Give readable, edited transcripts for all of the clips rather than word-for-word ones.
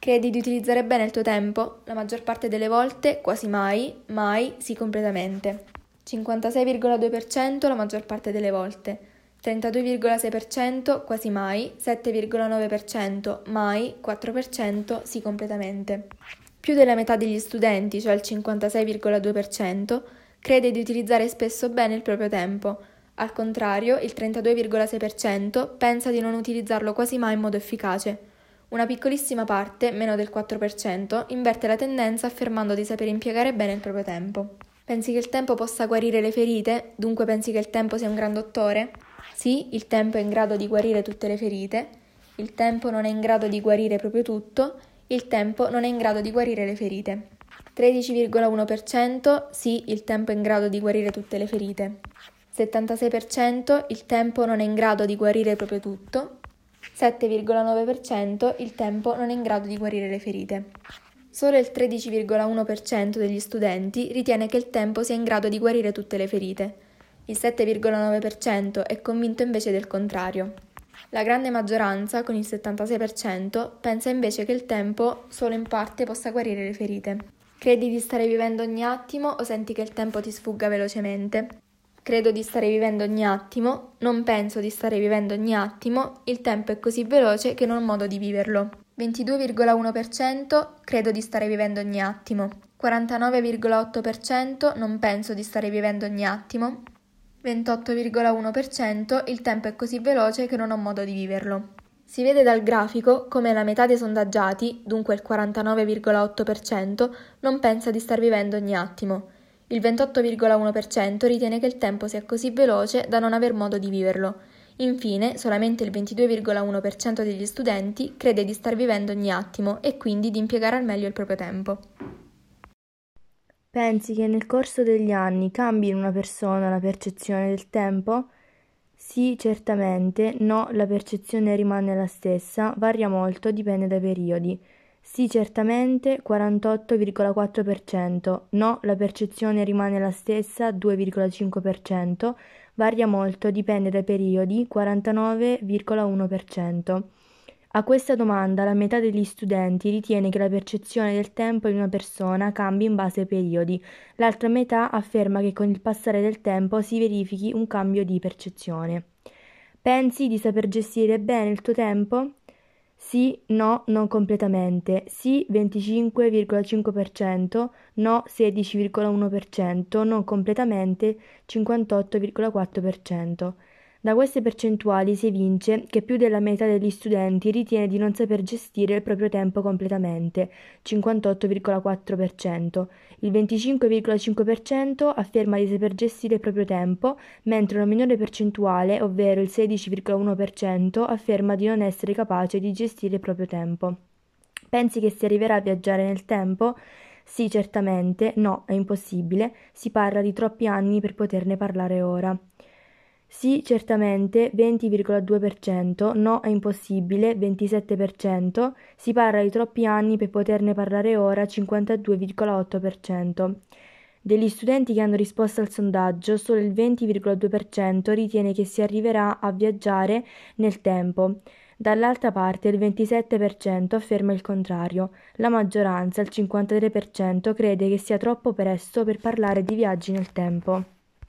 Credi di utilizzare bene il tuo tempo? La maggior parte delle volte, quasi mai, mai, sì completamente. 56,2% la maggior parte delle volte. 32,6% quasi mai, 7,9% mai, 4% sì completamente. Più della metà degli studenti, cioè il 56,2%, crede di utilizzare spesso bene il proprio tempo. Al contrario, il 32,6% pensa di non utilizzarlo quasi mai in modo efficace. Una piccolissima parte, meno del 4%, inverte la tendenza affermando di saper impiegare bene il proprio tempo. Pensi che il tempo possa guarire le ferite? Dunque pensi che il tempo sia un gran dottore? Sì, il tempo è in grado di guarire tutte le ferite. Il tempo non è in grado di guarire proprio tutto. Il tempo non è in grado di guarire le ferite. 13,1% sì, il tempo è in grado di guarire tutte le ferite. 76% il tempo non è in grado di guarire proprio tutto. 7,9% il tempo non è in grado di guarire le ferite. Solo il 13,1% degli studenti ritiene che il tempo sia in grado di guarire tutte le ferite. Il 7,9% è convinto invece del contrario. La grande maggioranza, con il 76%, pensa invece che il tempo solo in parte possa guarire le ferite. Credi di stare vivendo ogni attimo o senti che il tempo ti sfugga velocemente? Credo di stare vivendo ogni attimo, non penso di stare vivendo ogni attimo, il tempo è così veloce che non ho modo di viverlo. 22,1% credo di stare vivendo ogni attimo. 49,8% non penso di stare vivendo ogni attimo. 28,1% il tempo è così veloce che non ho modo di viverlo. Si vede dal grafico come la metà dei sondaggiati, dunque il 49,8%, non pensa di star vivendo ogni attimo. Il 28,1% ritiene che il tempo sia così veloce da non aver modo di viverlo. Infine, solamente il 22,1% degli studenti crede di star vivendo ogni attimo e quindi di impiegare al meglio il proprio tempo. Pensi che nel corso degli anni cambi in una persona la percezione del tempo? Sì, certamente. No, la percezione rimane la stessa, varia molto, dipende dai periodi. Sì, certamente, 48,4%. No, la percezione rimane la stessa, 2,5%. Varia molto, dipende dai periodi, 49,1%. A questa domanda la metà degli studenti ritiene che la percezione del tempo di una persona cambi in base ai periodi, l'altra metà afferma che con il passare del tempo si verifichi un cambio di percezione. Pensi di saper gestire bene il tuo tempo? Sì, no, non completamente. Sì, 25,5%, no, 16,1%, non completamente, 58,4%. Da queste percentuali si evince che più della metà degli studenti ritiene di non saper gestire il proprio tempo completamente, 58,4%. Il 25,5% afferma di saper gestire il proprio tempo, mentre una minore percentuale, ovvero il 16,1%, afferma di non essere capace di gestire il proprio tempo. Pensi che si arriverà a viaggiare nel tempo? Sì, certamente. No, è impossibile. Si parla di troppi anni per poterne parlare ora. Sì, certamente, 20,2%, no, è impossibile, 27%, si parla di troppi anni per poterne parlare ora, 52,8%. Degli studenti che hanno risposto al sondaggio, solo il 20,2% ritiene che si arriverà a viaggiare nel tempo. Dall'altra parte il 27% afferma il contrario. La maggioranza, il 53%, crede che sia troppo presto per parlare di viaggi nel tempo.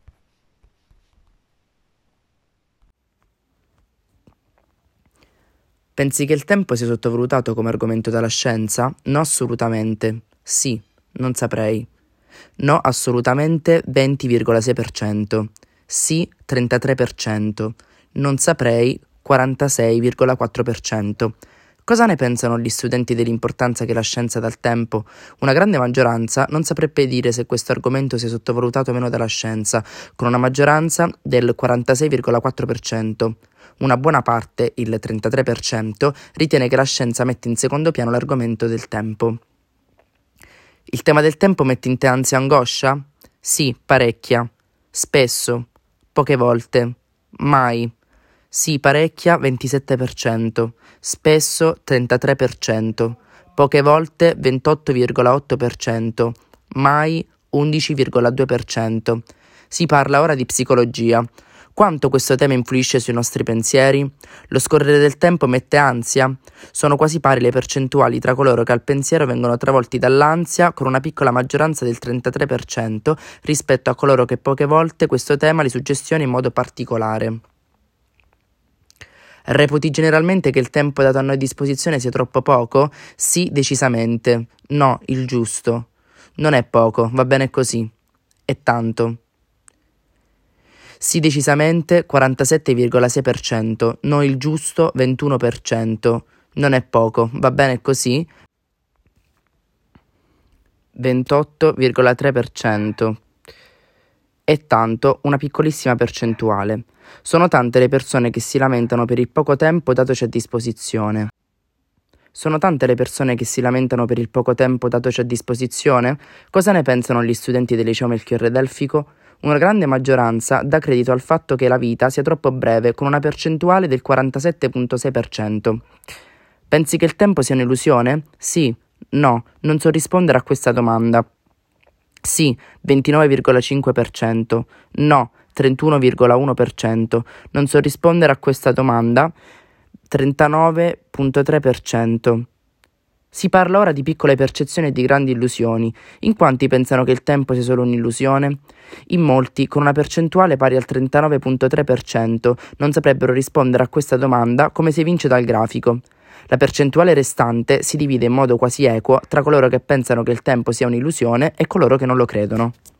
Pensi che il tempo sia sottovalutato come argomento dalla scienza? No, assolutamente. Sì, non saprei. No, assolutamente 20,6%. Sì, 33%. Non saprei 46,4%. Cosa ne pensano gli studenti dell'importanza che la scienza dà al tempo? Una grande maggioranza non saprebbe dire se questo argomento sia sottovalutato o meno dalla scienza, con una maggioranza del 46,4%. Una buona parte, il 33%, ritiene che la scienza mette in secondo piano l'argomento del tempo. Il tema del tempo mette in te ansia e angoscia? Sì, parecchia. Spesso. Poche volte. Mai. Sì, parecchia, 27%. Spesso, 33%. Poche volte, 28,8%. Mai, 11,2%. Si parla ora di psicologia. Quanto questo tema influisce sui nostri pensieri? Lo scorrere del tempo mette ansia? Sono quasi pari le percentuali tra coloro che al pensiero vengono travolti dall'ansia, con una piccola maggioranza del 33%, rispetto a coloro che poche volte questo tema li suggestiona in modo particolare. Reputi generalmente che il tempo dato a noi a disposizione sia troppo poco? Sì, decisamente. No, il giusto. Non è poco, va bene così. È tanto. Sì, decisamente 47,6%, no il giusto 21%, non è poco, va bene così 28,3%, è tanto, una piccolissima percentuale. Sono tante le persone che si lamentano per il poco tempo datoci a disposizione. Sono tante le persone che si lamentano per il poco tempo datoci a disposizione? Cosa ne pensano gli studenti del liceo Melchiorre Delfico? Una grande maggioranza dà credito al fatto che la vita sia troppo breve, con una percentuale del 47,6%. Pensi che il tempo sia un'illusione? Sì, no, non so rispondere a questa domanda. Sì, 29,5%. No, 31,1%. Non so rispondere a questa domanda. 39,3%. Si parla ora di piccole percezioni e di grandi illusioni. In quanti pensano che il tempo sia solo un'illusione? In molti, con una percentuale pari al 39,3%, non saprebbero rispondere a questa domanda, come si evince dal grafico. La percentuale restante si divide in modo quasi equo tra coloro che pensano che il tempo sia un'illusione e coloro che non lo credono.